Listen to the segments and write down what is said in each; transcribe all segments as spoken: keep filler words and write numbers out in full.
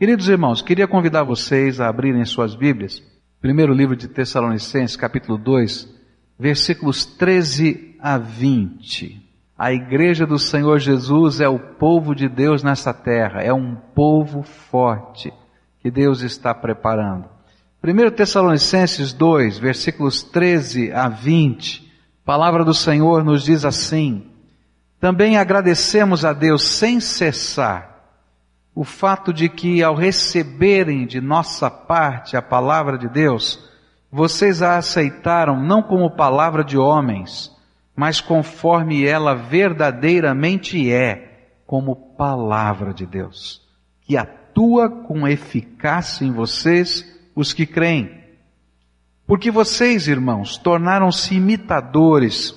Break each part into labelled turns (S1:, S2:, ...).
S1: Queridos irmãos, queria convidar vocês a abrirem suas Bíblias. Primeiro livro de Tessalonicenses, capítulo dois, versículos treze a vinte. A igreja do Senhor Jesus é o povo de Deus nessa terra, é um povo forte que Deus está preparando. Primeiro Tessalonicenses dois, versículos treze a vinte, a palavra do Senhor nos diz assim: também agradecemos a Deus sem cessar o fato de que, ao receberem de nossa parte a palavra de Deus, vocês a aceitaram não como palavra de homens, mas conforme ela verdadeiramente é, como palavra de Deus, que atua com eficácia em vocês, os que creem. Porque vocês, irmãos, tornaram-se imitadores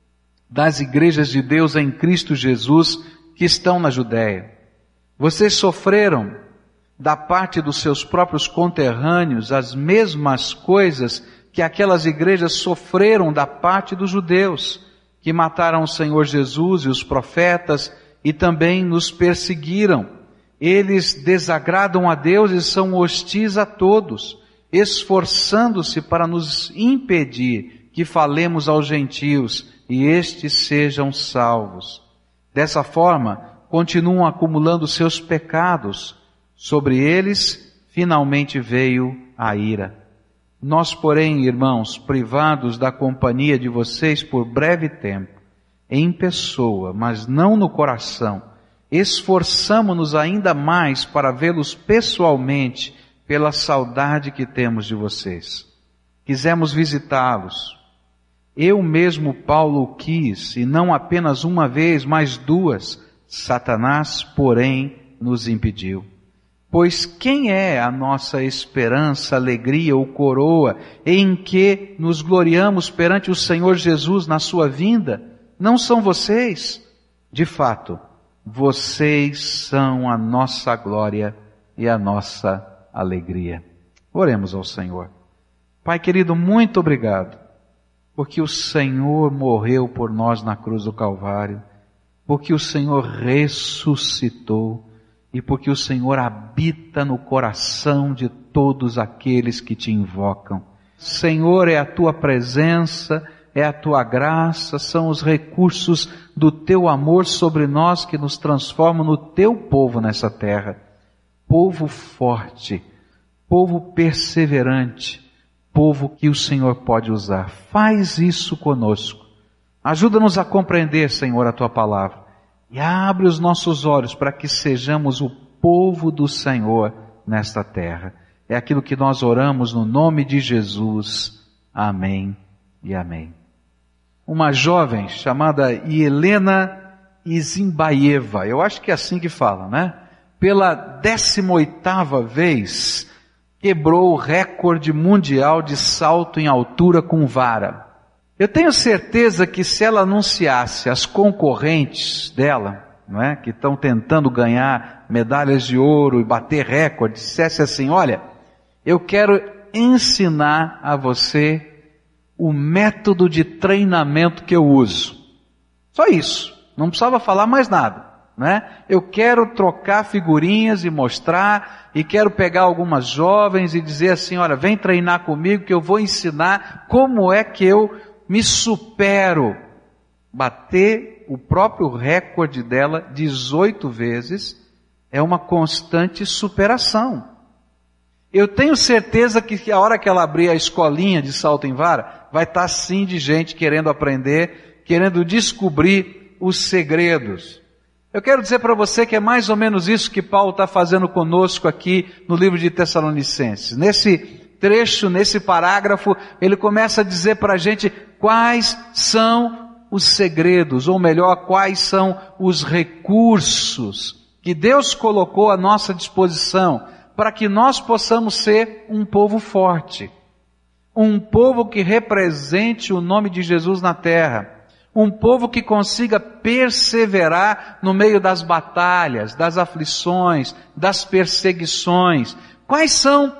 S1: das igrejas de Deus em Cristo Jesus que estão na Judéia. Vocês sofreram da parte dos seus próprios conterrâneos as mesmas coisas que aquelas igrejas sofreram da parte dos judeus, que mataram o Senhor Jesus e os profetas e também nos perseguiram. Eles desagradam a Deus e são hostis a todos, esforçando-se para nos impedir que falemos aos gentios e estes sejam salvos. Dessa forma, continuam acumulando seus pecados. Sobre eles, finalmente veio a ira. Nós, porém, irmãos, privados da companhia de vocês por breve tempo, em pessoa, mas não no coração, esforçamo-nos ainda mais para vê-los pessoalmente pela saudade que temos de vocês. Quisemos visitá-los. Eu mesmo, Paulo, o quis, e não apenas uma vez, mas duas. Satanás, porém, nos impediu. Pois quem é a nossa esperança, alegria ou coroa em que nos gloriamos perante o Senhor Jesus na sua vinda? Não são vocês? De fato, vocês são a nossa glória e a nossa alegria. Oremos ao Senhor. Pai querido, muito obrigado, porque o Senhor morreu por nós na cruz do Calvário, porque o Senhor ressuscitou e porque o Senhor habita no coração de todos aqueles que te invocam. Senhor, é a tua presença, é a tua graça, são os recursos do teu amor sobre nós que nos transformam no teu povo nessa terra. Povo forte, povo perseverante, povo que o Senhor pode usar. Faz isso conosco. Ajuda-nos a compreender, Senhor, a tua palavra. E abre os nossos olhos para que sejamos o povo do Senhor nesta terra. É aquilo que nós oramos no nome de Jesus. Amém e amém. Uma jovem chamada Helena Izimbaeva, eu acho que é assim que fala, né? Pela décima oitava vez, quebrou o recorde mundial de salto em altura com vara. Eu tenho certeza que se ela anunciasse as concorrentes dela, não é, que estão tentando ganhar medalhas de ouro e bater recordes, dissesse assim: olha, eu quero ensinar a você o método de treinamento que eu uso. Só isso, não precisava falar mais nada, né? Eu quero trocar figurinhas e mostrar, e quero pegar algumas jovens e dizer assim: olha, vem treinar comigo que eu vou ensinar como é que eu me supero. Bater o próprio recorde dela dezoito vezes é uma constante superação. Eu tenho certeza que a hora que ela abrir a escolinha de salto em vara, vai estar sim de gente querendo aprender, querendo descobrir os segredos. Eu quero dizer para você que é mais ou menos isso que Paulo está fazendo conosco aqui no livro de Tessalonicenses. Nesse trecho, nesse parágrafo, ele começa a dizer para a gente quais são os segredos, ou melhor, quais são os recursos que Deus colocou à nossa disposição para que nós possamos ser um povo forte, um povo que represente o nome de Jesus na terra, um povo que consiga perseverar no meio das batalhas, das aflições, das perseguições. Quais são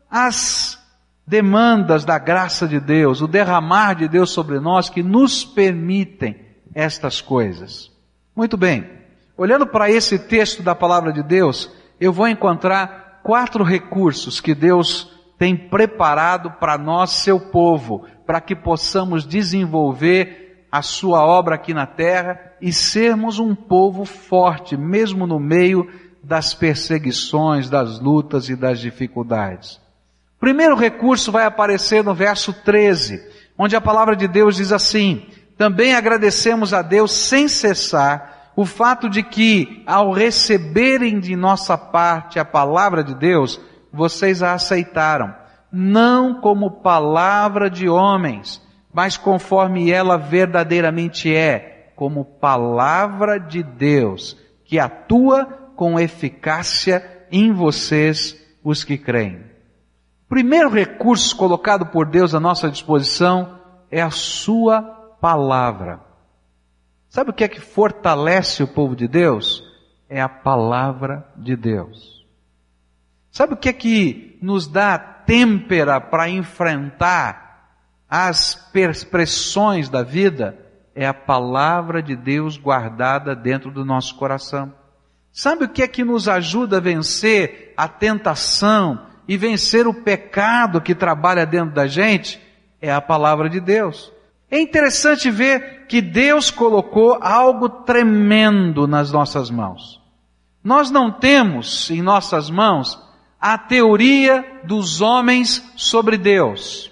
S1: as demandas da graça de Deus, o derramar de Deus sobre nós que nos permitem estas coisas? Muito bem, olhando para esse texto da palavra de Deus, eu vou encontrar quatro recursos que Deus tem preparado para nós, seu povo, para que possamos desenvolver a sua obra aqui na terra e sermos um povo forte, mesmo no meio das perseguições, das lutas e das dificuldades. O primeiro recurso vai aparecer no verso treze, onde a palavra de Deus diz assim: também agradecemos a Deus sem cessar o fato de que, ao receberem de nossa parte a palavra de Deus, vocês a aceitaram, não como palavra de homens, mas conforme ela verdadeiramente é, como palavra de Deus, que atua com eficácia em vocês, os que creem. O primeiro recurso colocado por Deus à nossa disposição é a sua palavra. Sabe o que é que fortalece o povo de Deus? É a palavra de Deus. Sabe o que é que nos dá têmpera para enfrentar as pressões da vida? É a palavra de Deus guardada dentro do nosso coração. Sabe o que é que nos ajuda a vencer a tentação e vencer o pecado que trabalha dentro da gente? É a palavra de Deus. É interessante ver que Deus colocou algo tremendo nas nossas mãos. Nós não temos em nossas mãos a teoria dos homens sobre Deus.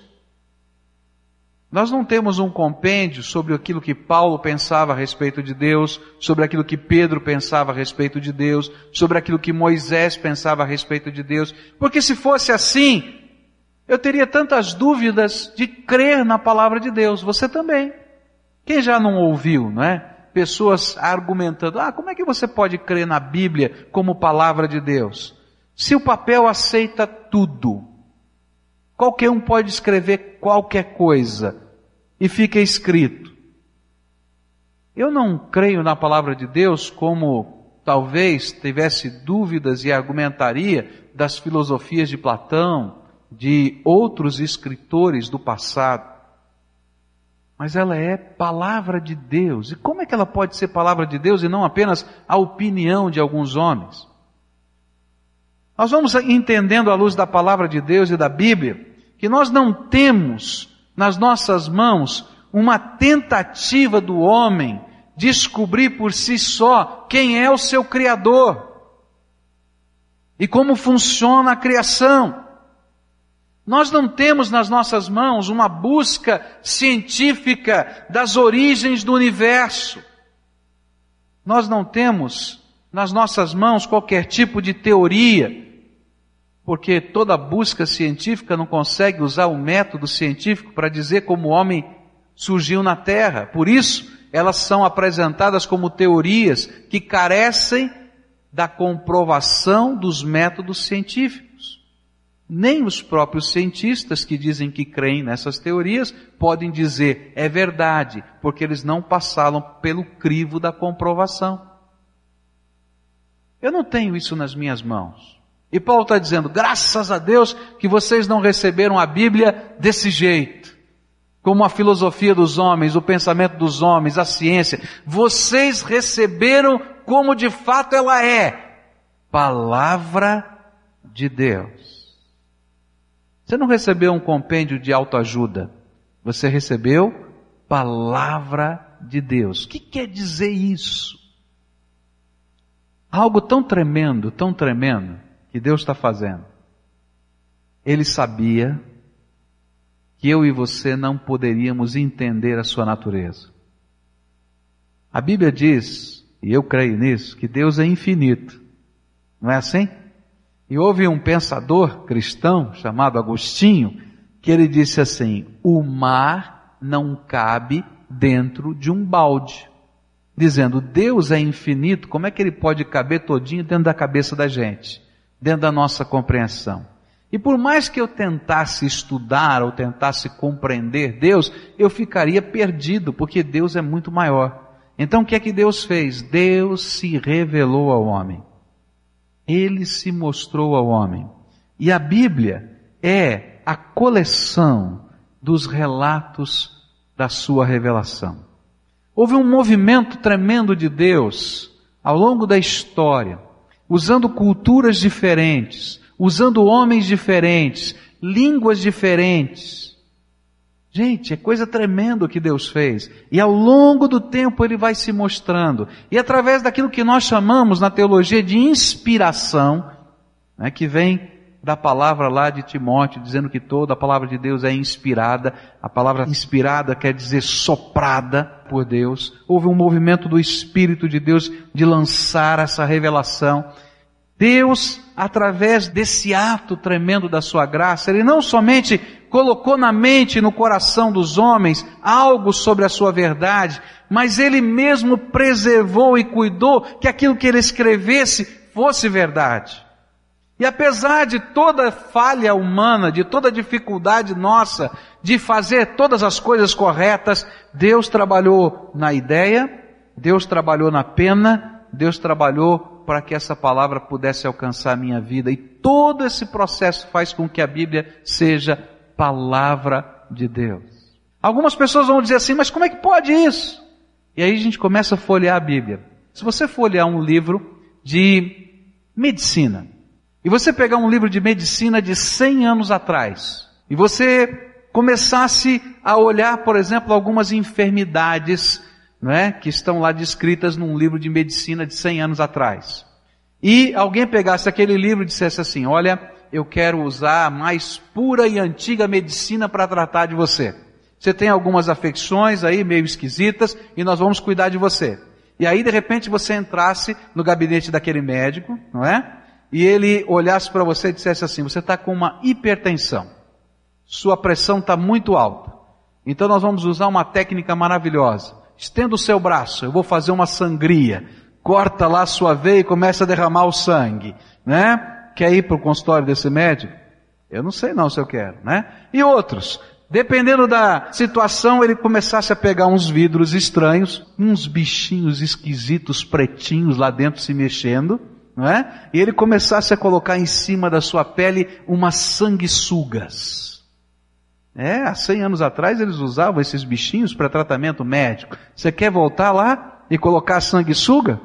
S1: Nós não temos um compêndio sobre aquilo que Paulo pensava a respeito de Deus, sobre aquilo que Pedro pensava a respeito de Deus, sobre aquilo que Moisés pensava a respeito de Deus, porque se fosse assim, eu teria tantas dúvidas de crer na palavra de Deus. Você também. Quem já não ouviu, não é? Pessoas argumentando, ah, como é que você pode crer na Bíblia como palavra de Deus? Se o papel aceita tudo, qualquer um pode escrever qualquer coisa e fica escrito. Eu não creio na palavra de Deus como talvez tivesse dúvidas e argumentaria das filosofias de Platão, de outros escritores do passado. Mas ela é palavra de Deus. E como é que ela pode ser palavra de Deus e não apenas a opinião de alguns homens? Nós vamos entendendo à luz da palavra de Deus e da Bíblia que nós não temos nas nossas mãos uma tentativa do homem descobrir por si só quem é o seu Criador e como funciona a criação. Nós não temos nas nossas mãos uma busca científica das origens do universo. Nós não temos nas nossas mãos qualquer tipo de teoria, porque toda busca científica não consegue usar o método científico para dizer como o homem surgiu na Terra. Por isso, elas são apresentadas como teorias que carecem da comprovação dos métodos científicos. Nem os próprios cientistas que dizem que creem nessas teorias podem dizer é verdade, porque eles não passaram pelo crivo da comprovação. Eu não tenho isso nas minhas mãos. E Paulo está dizendo, graças a Deus que vocês não receberam a Bíblia desse jeito, como a filosofia dos homens, o pensamento dos homens, a ciência. Vocês receberam como de fato ela é, palavra de Deus. Você não recebeu um compêndio de autoajuda, você recebeu palavra de Deus. O que quer dizer isso? Algo tão tremendo, tão tremendo, que Deus está fazendo. Ele sabia que eu e você não poderíamos entender a sua natureza. A Bíblia diz, e eu creio nisso, que Deus é infinito. Não é assim? E houve um pensador cristão chamado Agostinho, que ele disse assim, o mar não cabe dentro de um balde. Dizendo, Deus é infinito, como é que ele pode caber todinho dentro da cabeça da gente? Dentro da nossa compreensão. E por mais que eu tentasse estudar ou tentasse compreender Deus, eu ficaria perdido, porque Deus é muito maior. Então o que é que Deus fez? Deus se revelou ao homem. Ele se mostrou ao homem. E a Bíblia é a coleção dos relatos da sua revelação. Houve um movimento tremendo de Deus ao longo da história, usando culturas diferentes, usando homens diferentes, línguas diferentes. Gente, é coisa tremenda o que Deus fez. E ao longo do tempo Ele vai se mostrando. E através daquilo que nós chamamos na teologia de inspiração, né, que vem da palavra lá de Timóteo, dizendo que toda a palavra de Deus é inspirada. A palavra inspirada quer dizer soprada por Deus. Houve um movimento do Espírito de Deus de lançar essa revelação. Deus, através desse ato tremendo da sua graça, Ele não somente colocou na mente e no coração dos homens algo sobre a sua verdade, mas Ele mesmo preservou e cuidou que aquilo que Ele escrevesse fosse verdade. E apesar de toda falha humana, de toda dificuldade nossa de fazer todas as coisas corretas, Deus trabalhou na ideia, Deus trabalhou na pena, Deus trabalhou para que essa palavra pudesse alcançar a minha vida. E todo esse processo faz com que a Bíblia seja palavra de Deus. Algumas pessoas vão dizer assim, mas como é que pode isso? E aí a gente começa a folhear a Bíblia. Se você folhear um livro de medicina, e você pegar um livro de medicina de cem anos atrás, e você começasse a olhar, por exemplo, algumas enfermidades, não é, que estão lá descritas num livro de medicina de cem anos atrás, e alguém pegasse aquele livro e dissesse assim, olha, eu quero usar a mais pura e antiga medicina para tratar de você. Você tem algumas afecções aí meio esquisitas e nós vamos cuidar de você. E aí de repente você entrasse no gabinete daquele médico, não é? E ele olhasse para você e dissesse assim, você está com uma hipertensão, sua pressão está muito alta, então nós vamos usar uma técnica maravilhosa, estenda o seu braço, eu vou fazer uma sangria, corta lá a sua veia e começa a derramar o sangue, né? Quer ir para o consultório desse médico? Eu não sei não se eu quero, né? E outros, dependendo da situação, ele começasse a pegar uns vidros estranhos, uns bichinhos esquisitos, pretinhos lá dentro se mexendo, não é? E ele começasse a colocar em cima da sua pele umas sanguessugas. É, há cem anos atrás eles usavam esses bichinhos para tratamento médico. Você quer voltar lá e colocar sanguessuga?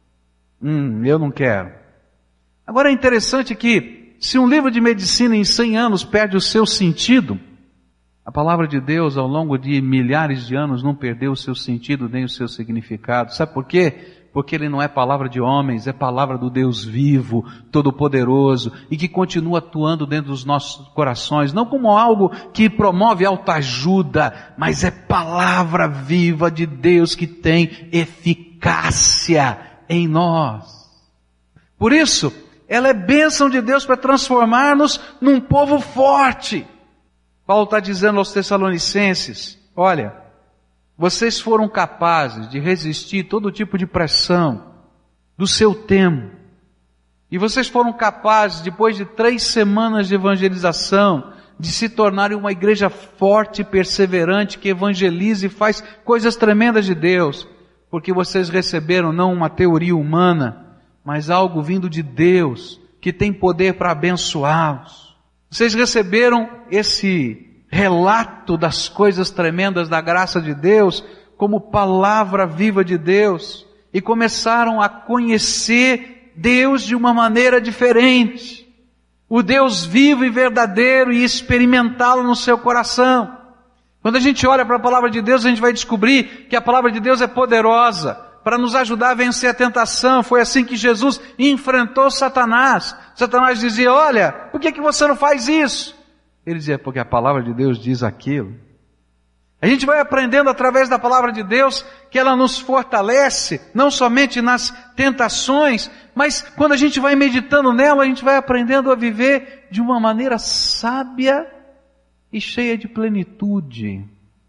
S1: Hum, eu não quero. Agora é interessante que, se um livro de medicina em cem anos perde o seu sentido, a palavra de Deus ao longo de milhares de anos não perdeu o seu sentido nem o seu significado. Sabe por quê? Porque ele não é palavra de homens, é palavra do Deus vivo, todo-poderoso, e que continua atuando dentro dos nossos corações, não como algo que promove autoajuda, mas é palavra viva de Deus que tem eficácia em nós. Por isso, ela é bênção de Deus para transformar-nos num povo forte. Paulo está dizendo aos Tessalonicenses, olha, vocês foram capazes de resistir todo tipo de pressão do seu tempo. E vocês foram capazes, depois de três semanas de evangelização, de se tornarem uma igreja forte e perseverante que evangeliza e faz coisas tremendas de Deus. Porque vocês receberam não uma teoria humana, mas algo vindo de Deus, que tem poder para abençoá-los. Vocês receberam esse relato das coisas tremendas da graça de Deus como palavra viva de Deus e começaram a conhecer Deus de uma maneira diferente, o Deus vivo e verdadeiro, e experimentá-lo no seu coração. Quando a gente olha para a palavra de Deus, a gente vai descobrir que a palavra de Deus é poderosa para nos ajudar a vencer a tentação. Foi assim que Jesus enfrentou Satanás. Satanás dizia, olha, por que que você não faz isso? Ele dizia, porque a palavra de Deus diz aquilo. A gente vai aprendendo através da palavra de Deus que ela nos fortalece, não somente nas tentações, mas quando a gente vai meditando nela, a gente vai aprendendo a viver de uma maneira sábia e cheia de plenitude.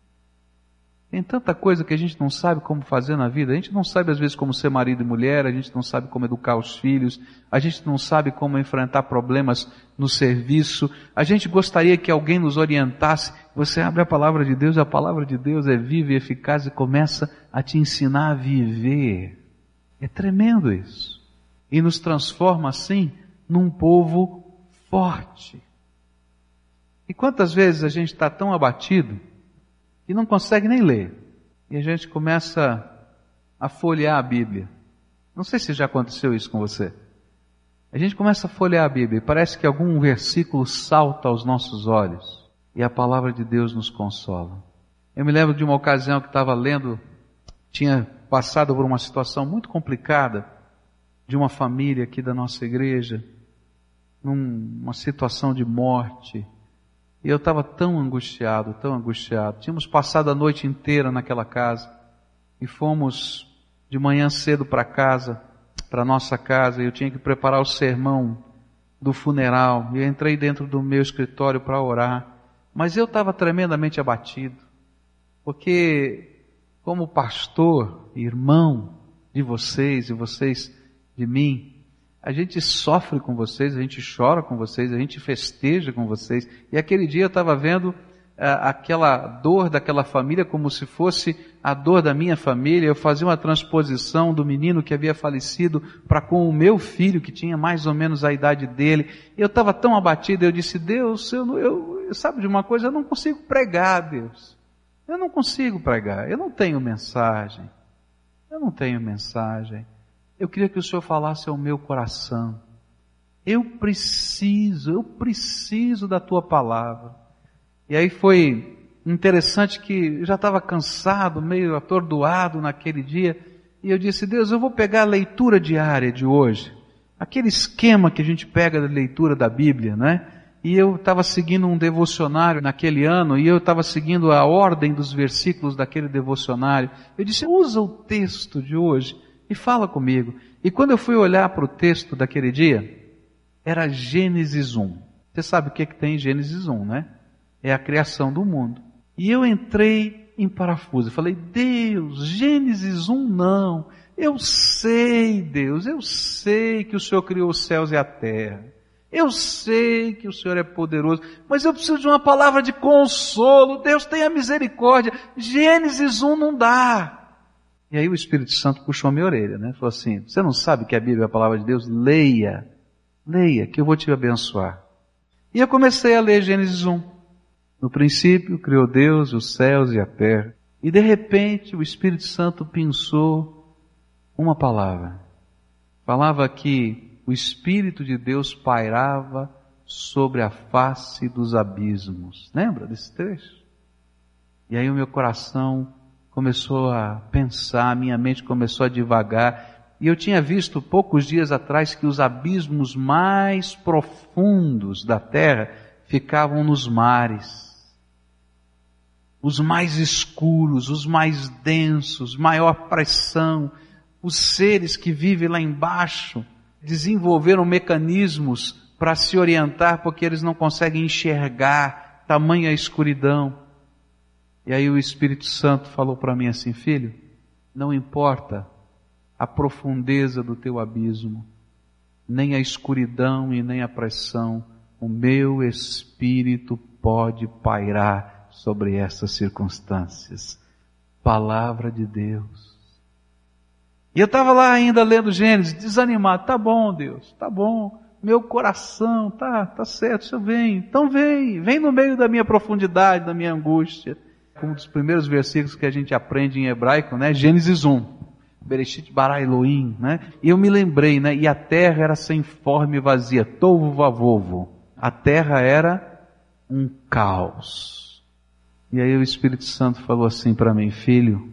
S1: Tem tanta coisa que a gente não sabe como fazer na vida. A gente não sabe às vezes como ser marido e mulher, a gente não sabe como educar os filhos, a gente não sabe como enfrentar problemas no serviço. A gente gostaria que alguém nos orientasse. Você abre a palavra de Deus, a palavra de Deus é viva e eficaz e começa a te ensinar a viver. É tremendo isso. E nos transforma assim num povo forte. E quantas vezes a gente está tão abatido e não consegue nem ler. E a gente começa a folhear a Bíblia. Não sei se já aconteceu isso com você. A gente começa a folhear a Bíblia e parece que algum versículo salta aos nossos olhos e a palavra de Deus nos consola. Eu me lembro de uma ocasião que estava lendo, tinha passado por uma situação muito complicada de uma família aqui da nossa igreja, numa situação de morte. E eu estava tão angustiado, tão angustiado. Tínhamos passado a noite inteira naquela casa e fomos de manhã cedo para casa, para nossa casa, e eu tinha que preparar o sermão do funeral. E eu entrei dentro do meu escritório para orar, mas eu estava tremendamente abatido, porque como pastor, irmão de vocês e vocês de mim, a gente sofre com vocês, a gente chora com vocês, a gente festeja com vocês. E aquele dia eu estava vendo ah, aquela dor daquela família como se fosse a dor da minha família. Eu fazia uma transposição do menino que havia falecido para com o meu filho, que tinha mais ou menos a idade dele. Eu estava tão abatido, eu disse, Deus, eu, eu, sabe de uma coisa, eu não consigo pregar, Deus. Eu não consigo pregar, eu não tenho mensagem. Eu não tenho mensagem. Eu queria que o Senhor falasse ao meu coração. Eu preciso, eu preciso da Tua palavra. E aí foi interessante que eu já estava cansado, meio atordoado naquele dia. E eu disse, Deus, eu vou pegar a leitura diária de hoje. Aquele esquema que a gente pega da leitura da Bíblia, né? E eu estava seguindo um devocionário naquele ano, e eu estava seguindo a ordem dos versículos daquele devocionário. Eu disse, usa o texto de hoje e fala comigo. E quando eu fui olhar para o texto daquele dia, era Gênesis um. Você sabe o que, é que tem em Gênesis um, né? É a criação do mundo. E eu entrei em parafuso. Eu falei, Deus, Gênesis um não. Eu sei, Deus, eu sei que o Senhor criou os céus e a terra. Eu sei que o Senhor é poderoso, mas eu preciso de uma palavra de consolo. Deus, tenha misericórdia. Gênesis um não dá. E aí o Espírito Santo puxou a minha orelha, né? Falou assim, você não sabe que a Bíblia é a palavra de Deus? Leia, leia, que eu vou te abençoar. E eu comecei a ler Gênesis um. No princípio, criou Deus os céus e a terra. E de repente, o Espírito Santo pensou uma palavra. Falava que o Espírito de Deus pairava sobre a face dos abismos. Lembra desse trecho? E aí o meu coração começou a pensar, minha mente começou a divagar, e eu tinha visto poucos dias atrás que os abismos mais profundos da terra ficavam nos mares. Os mais escuros, os mais densos, maior pressão, os seres que vivem lá embaixo desenvolveram mecanismos para se orientar porque eles não conseguem enxergar tamanha escuridão. E aí o Espírito Santo falou para mim assim, filho, não importa a profundeza do teu abismo, nem a escuridão e nem a pressão, o meu Espírito pode pairar sobre essas circunstâncias. Palavra de Deus. E eu estava lá ainda lendo Gênesis, desanimado, tá bom Deus, tá bom, meu coração, tá, tá certo, Senhor vem, então vem, vem no meio da minha profundidade, da minha angústia. Um dos primeiros versículos que a gente aprende em hebraico, né? Gênesis um. Bereshit bara Elohim, né? E eu me lembrei, né? E a terra era sem forma e vazia, tovo vavovo. A terra era um caos. E aí o Espírito Santo falou assim para mim, filho,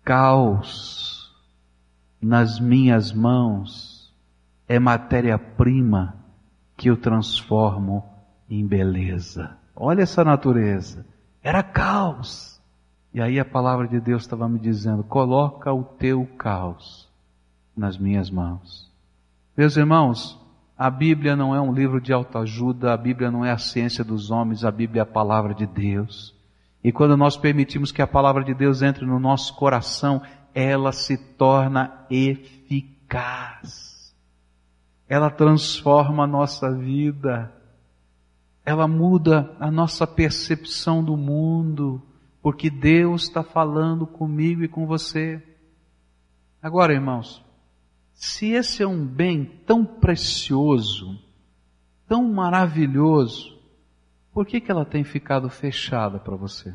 S1: caos nas minhas mãos é matéria-prima que eu transformo em beleza. Olha essa natureza. Era caos. E aí a palavra de Deus estava me dizendo, coloca o teu caos nas minhas mãos. Meus irmãos, a Bíblia não é um livro de autoajuda, a Bíblia não é a ciência dos homens, a Bíblia é a palavra de Deus. E quando nós permitimos que a palavra de Deus entre no nosso coração, ela se torna eficaz. Ela transforma a nossa vida. Ela muda a nossa percepção do mundo, porque Deus está falando comigo e com você. Agora, irmãos, se esse é um bem tão precioso, tão maravilhoso, por que que ela tem ficado fechada para você?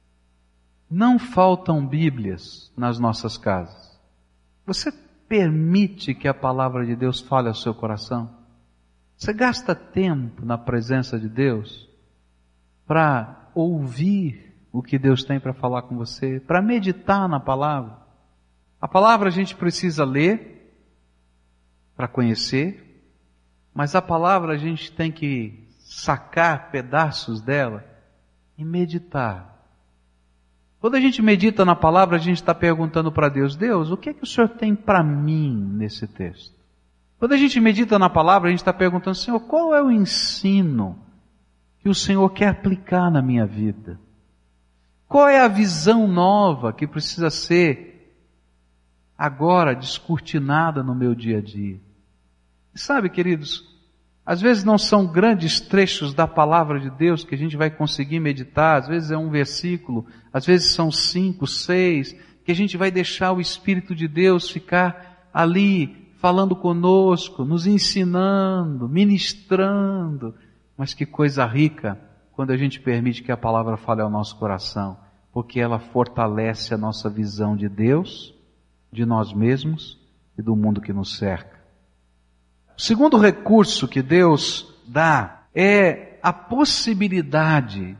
S1: Não faltam Bíblias nas nossas casas. Você permite que a palavra de Deus fale ao seu coração? Você gasta tempo na presença de Deus para ouvir o que Deus tem para falar com você, para meditar na palavra? A palavra a gente precisa ler para conhecer, mas a palavra a gente tem que sacar pedaços dela e meditar. Quando a gente medita na palavra, a gente está perguntando para Deus: Deus, o que é que o Senhor tem para mim nesse texto? Quando a gente medita na palavra, a gente está perguntando: Senhor, qual é o ensino que o Senhor quer aplicar na minha vida? Qual é a visão nova que precisa ser agora descortinada no meu dia a dia? E sabe, queridos, às vezes não são grandes trechos da palavra de Deus que a gente vai conseguir meditar, às vezes é um versículo, às vezes são cinco, seis, que a gente vai deixar o Espírito de Deus ficar ali, falando conosco, nos ensinando, ministrando. Mas que coisa rica quando a gente permite que a palavra fale ao nosso coração, porque ela fortalece a nossa visão de Deus, de nós mesmos e do mundo que nos cerca. O segundo recurso que Deus dá é a possibilidade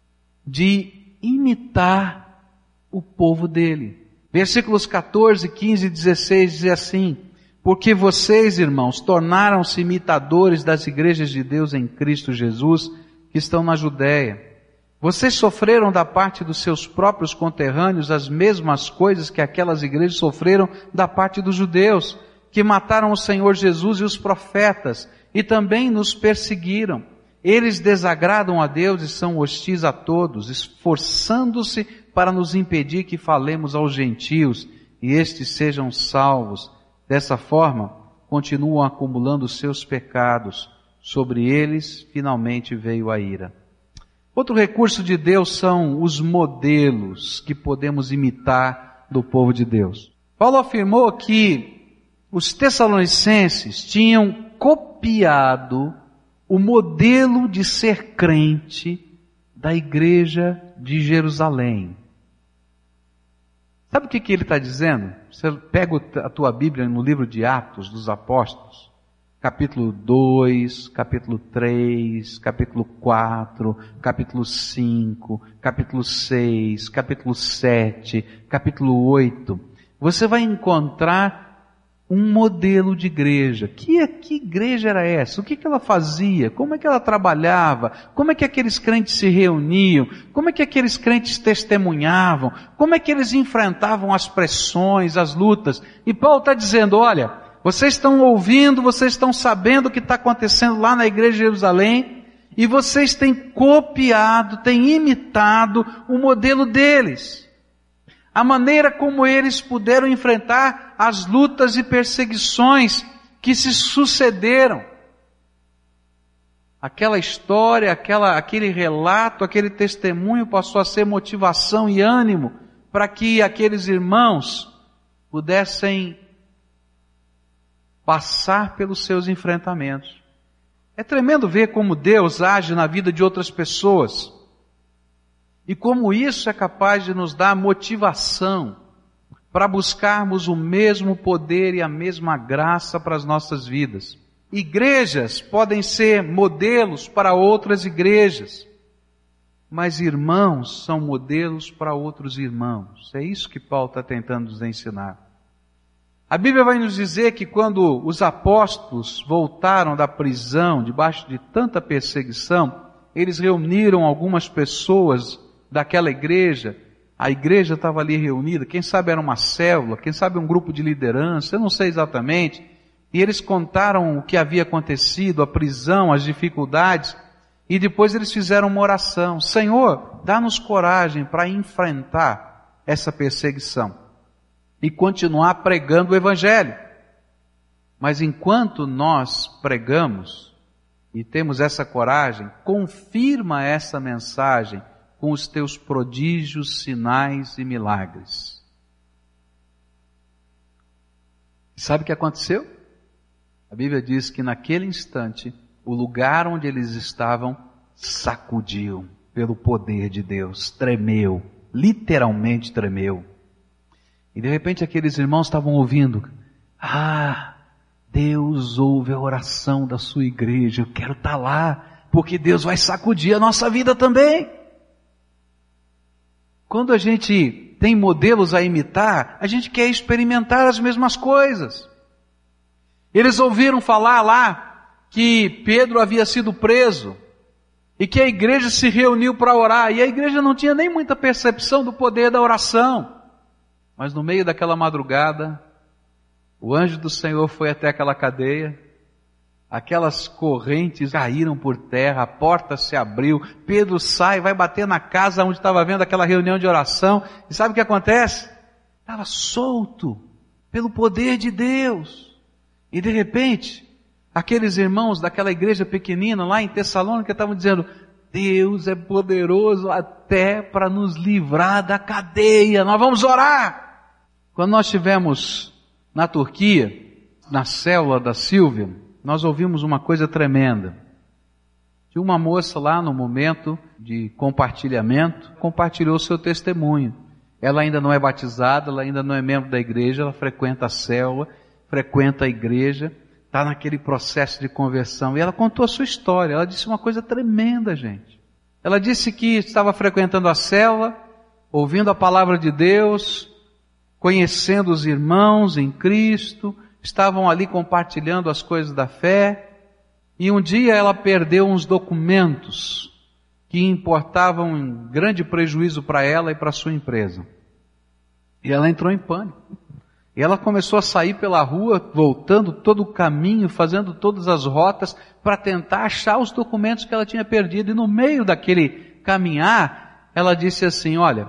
S1: de imitar o povo dele. Versículos catorze, quinze e dezesseis diz assim: porque vocês, irmãos, tornaram-se imitadores das igrejas de Deus em Cristo Jesus, que estão na Judéia. Vocês sofreram da parte dos seus próprios conterrâneos as mesmas coisas que aquelas igrejas sofreram da parte dos judeus, que mataram o Senhor Jesus e os profetas, e também nos perseguiram. Eles desagradam a Deus e são hostis a todos, esforçando-se para nos impedir que falemos aos gentios, e estes sejam salvos. Dessa forma, continuam acumulando seus pecados. Sobre eles, finalmente veio a ira. Outro recurso de Deus são os modelos que podemos imitar do povo de Deus. Paulo afirmou que os tessalonicenses tinham copiado o modelo de ser crente da igreja de Jerusalém. Sabe o que, que ele está dizendo? Você pega a tua Bíblia no livro de Atos dos Apóstolos, capítulo dois, capítulo três, capítulo quatro, capítulo cinco, capítulo seis, capítulo sete, capítulo oito. Você vai encontrar um modelo de igreja. Que, que igreja era essa? O que, que ela fazia? Como é que ela trabalhava? Como é que aqueles crentes se reuniam? Como é que aqueles crentes testemunhavam? Como é que eles enfrentavam as pressões, as lutas? E Paulo está dizendo: olha, vocês estão ouvindo, vocês estão sabendo o que está acontecendo lá na igreja de Jerusalém, e vocês têm copiado, têm imitado o modelo deles. A maneira como eles puderam enfrentar as lutas e perseguições que se sucederam. Aquela história, aquela, aquele relato, aquele testemunho passou a ser motivação e ânimo para que aqueles irmãos pudessem passar pelos seus enfrentamentos. É tremendo ver como Deus age na vida de outras pessoas. E como isso é capaz de nos dar motivação para buscarmos o mesmo poder e a mesma graça para as nossas vidas. Igrejas podem ser modelos para outras igrejas, mas irmãos são modelos para outros irmãos. É isso que Paulo está tentando nos ensinar. A Bíblia vai nos dizer que quando os apóstolos voltaram da prisão, debaixo de tanta perseguição, eles reuniram algumas pessoas daquela igreja. A igreja estava ali reunida, quem sabe era uma célula, quem sabe um grupo de liderança, eu não sei exatamente. E eles contaram o que havia acontecido, a prisão, as dificuldades, e depois eles fizeram uma oração: Senhor, dá-nos coragem para enfrentar essa perseguição e continuar pregando o Evangelho. Mas enquanto nós pregamos e temos essa coragem, confirma essa mensagem com os teus prodígios, sinais e milagres. Sabe o que aconteceu? A Bíblia diz que naquele instante, o lugar onde eles estavam sacudiu pelo poder de Deus, tremeu, literalmente tremeu. E de repente aqueles irmãos estavam ouvindo: ah, Deus ouve a oração da sua igreja. Eu quero estar lá, porque Deus vai sacudir a nossa vida também. Quando a gente tem modelos a imitar, a gente quer experimentar as mesmas coisas. Eles ouviram falar lá que Pedro havia sido preso e que a igreja se reuniu para orar, e a igreja não tinha nem muita percepção do poder da oração. Mas no meio daquela madrugada, o anjo do Senhor foi até aquela cadeia, aquelas correntes caíram por terra, a porta se abriu, Pedro sai, vai bater na casa onde estava havendo aquela reunião de oração, e sabe o que acontece? Estava solto pelo poder de Deus. E de repente, aqueles irmãos daquela igreja pequenina lá em Tessalônica estavam dizendo: Deus é poderoso até para nos livrar da cadeia, nós vamos orar. Quando nós estivemos na Turquia, na célula da Sílvia, nós ouvimos uma coisa tremenda. Tinha uma moça lá no momento de compartilhamento, compartilhou seu testemunho. Ela ainda não é batizada, ela ainda não é membro da igreja, ela frequenta a célula, frequenta a igreja, está naquele processo de conversão, e ela contou a sua história. Ela disse uma coisa tremenda, gente. Ela disse que estava frequentando a célula, ouvindo a palavra de Deus, conhecendo os irmãos em Cristo, estavam ali compartilhando as coisas da fé, e um dia ela perdeu uns documentos que importavam um grande prejuízo para ela e para a sua empresa. E ela entrou em pânico. E ela começou a sair pela rua, voltando todo o caminho, fazendo todas as rotas para tentar achar os documentos que ela tinha perdido. E no meio daquele caminhar, ela disse assim: olha,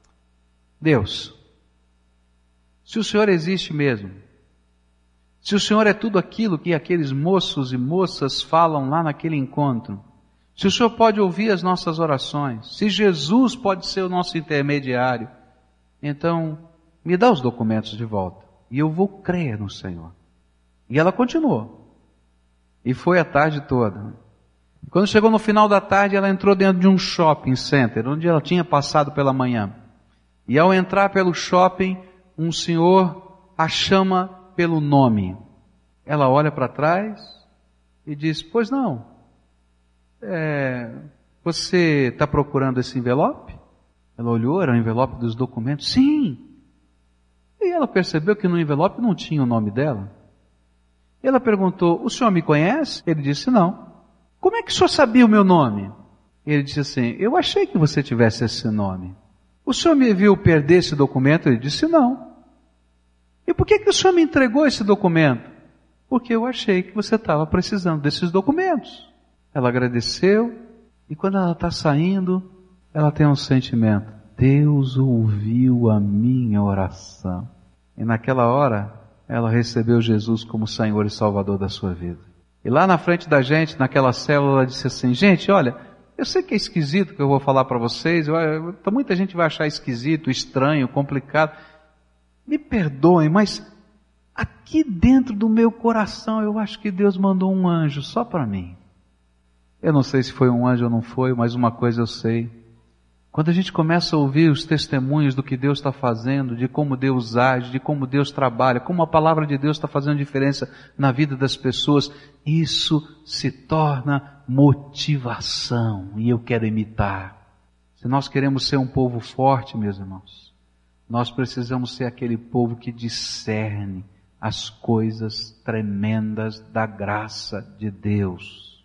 S1: Deus, se o Senhor existe mesmo, se o Senhor é tudo aquilo que aqueles moços e moças falam lá naquele encontro, se o Senhor pode ouvir as nossas orações, se Jesus pode ser o nosso intermediário, então me dá os documentos de volta e eu vou crer no Senhor. E ela continuou. E foi a tarde toda. Quando chegou no final da tarde, ela entrou dentro de um shopping center, onde ela tinha passado pela manhã. E ao entrar pelo shopping, um senhor a chama pelo nome. Ela olha para trás e diz: pois não, é, você está procurando esse envelope? Ela olhou, era o envelope dos documentos. Sim. E ela percebeu que no envelope não tinha o nome dela. Ela perguntou: o senhor me conhece? Ele disse: não. Como é que o senhor sabia o meu nome? Ele disse assim: eu achei que você tivesse esse nome. O senhor me viu perder esse documento? Ele disse: não. E por que que o senhor me entregou esse documento? Porque eu achei que você estava precisando desses documentos. Ela agradeceu, e quando ela está saindo, ela tem um sentimento: Deus ouviu a minha oração. E naquela hora, ela recebeu Jesus como Senhor e Salvador da sua vida. E lá na frente da gente, naquela célula, ela disse assim: gente, olha, eu sei que é esquisito o que eu vou falar para vocês, eu, eu, muita gente vai achar esquisito, estranho, complicado. Me perdoem, mas aqui dentro do meu coração eu acho que Deus mandou um anjo só para mim. Eu não sei se foi um anjo ou não foi, mas uma coisa eu sei. Quando a gente começa a ouvir os testemunhos do que Deus está fazendo, de como Deus age, de como Deus trabalha, como a palavra de Deus está fazendo diferença na vida das pessoas, isso se torna motivação, e eu quero imitar. Se nós queremos ser um povo forte, meus irmãos, nós precisamos ser aquele povo que discerne as coisas tremendas da graça de Deus.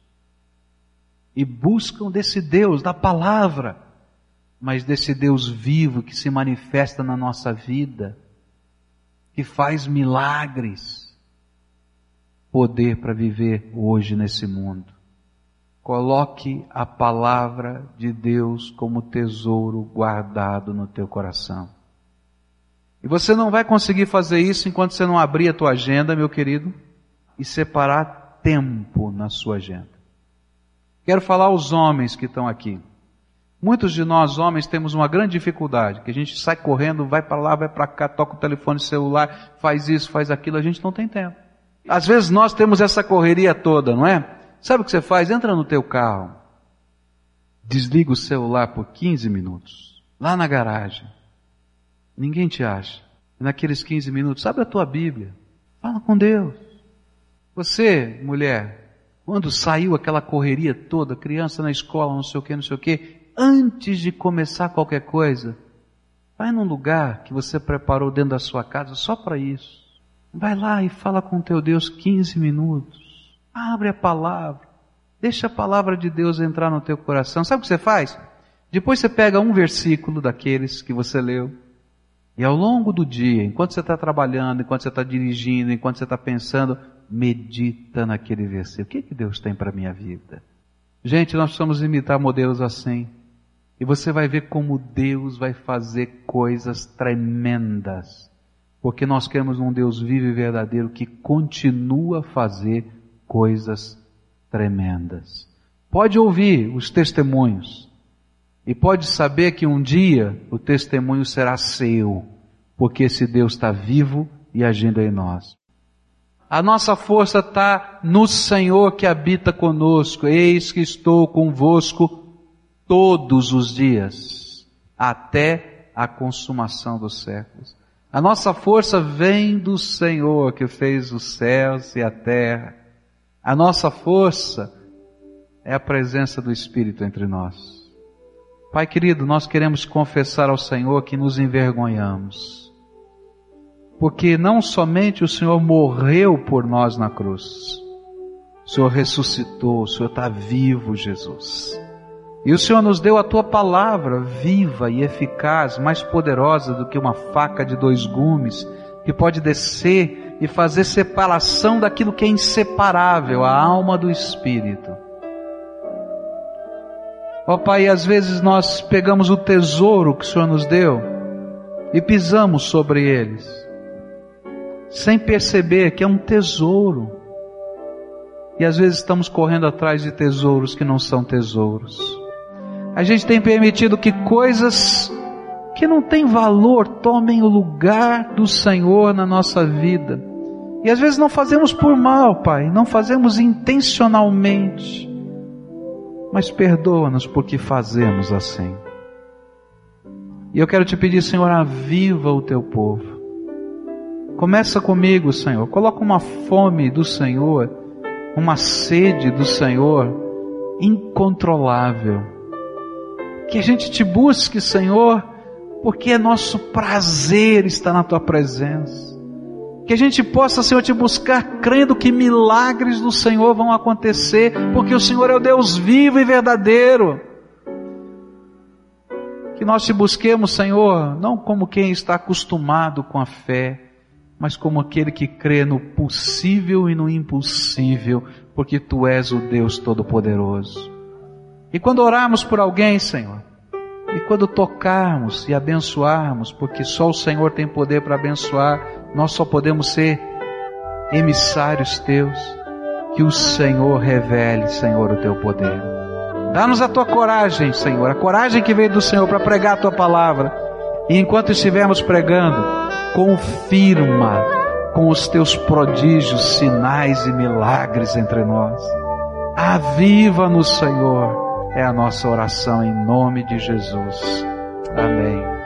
S1: E buscam desse Deus, da palavra, mas desse Deus vivo que se manifesta na nossa vida, que faz milagres, poder para viver hoje nesse mundo. Coloque a palavra de Deus como tesouro guardado no teu coração. E você não vai conseguir fazer isso enquanto você não abrir a tua agenda, meu querido, e separar tempo na sua agenda. Quero falar aos homens que estão aqui. Muitos de nós homens temos uma grande dificuldade, que a gente sai correndo, vai para lá, vai para cá, toca o telefone celular, faz isso, faz aquilo, a gente não tem tempo. Às vezes nós temos essa correria toda, não é? Sabe o que você faz? Entra no teu carro, desliga o celular por quinze minutos, lá na garagem. Ninguém te acha. E naqueles quinze minutos, abre a tua Bíblia, fala com Deus. Você, mulher, quando saiu aquela correria toda, criança na escola, não sei o que, não sei o que, antes de começar qualquer coisa, vai num lugar que você preparou dentro da sua casa só para isso. Vai lá e fala com o teu Deus quinze minutos. Abre a palavra. Deixa a palavra de Deus entrar no teu coração. Sabe o que você faz? Depois você pega um versículo daqueles que você leu. E ao longo do dia, enquanto você está trabalhando, enquanto você está dirigindo, enquanto você está pensando, medita naquele versículo. O que, que Deus tem para a minha vida? Gente, nós precisamos imitar modelos assim. E você vai ver como Deus vai fazer coisas tremendas. Porque nós queremos um Deus vivo e verdadeiro que continua a fazer coisas tremendas. Pode ouvir os testemunhos. E pode saber que um dia o testemunho será seu. Porque esse Deus está vivo e agindo em nós. A nossa força está no Senhor que habita conosco. Eis que estou convosco todos os dias, até a consumação dos séculos. A nossa força vem do Senhor que fez os céus e a terra. A nossa força é a presença do Espírito entre nós. Pai querido, nós queremos confessar ao Senhor que nos envergonhamos. Porque não somente o Senhor morreu por nós na cruz. O Senhor ressuscitou, o Senhor está vivo, Jesus. E o Senhor nos deu a Tua palavra viva e eficaz, mais poderosa do que uma faca de dois gumes, que pode descer e fazer separação daquilo que é inseparável, a alma do Espírito. Ó Pai, às vezes nós pegamos o tesouro que o Senhor nos deu e pisamos sobre eles, sem perceber que é um tesouro. E às vezes estamos correndo atrás de tesouros que não são tesouros. A gente tem permitido que coisas que não têm valor tomem o lugar do Senhor na nossa vida. E às vezes não fazemos por mal, Pai, não fazemos intencionalmente. Mas perdoa-nos porque fazemos assim. E eu quero te pedir, Senhor, aviva o teu povo. Começa comigo, Senhor. Coloca uma fome do Senhor, uma sede do Senhor incontrolável. Que a gente te busque, Senhor, porque é nosso prazer estar na Tua presença. Que a gente possa, Senhor, te buscar crendo que milagres do Senhor vão acontecer, porque o Senhor é o Deus vivo e verdadeiro. Que nós te busquemos, Senhor, não como quem está acostumado com a fé, mas como aquele que crê no possível e no impossível, porque Tu és o Deus Todo-Poderoso. E quando orarmos por alguém, Senhor, e quando tocarmos e abençoarmos, porque só o Senhor tem poder para abençoar, nós só podemos ser emissários Teus, que o Senhor revele, Senhor, o Teu poder. Dá-nos a Tua coragem, Senhor, a coragem que veio do Senhor para pregar a Tua palavra, e enquanto estivermos pregando, confirma com os Teus prodígios, sinais e milagres entre nós. Aviva-nos, Senhor, é a nossa oração em nome de Jesus. Amém.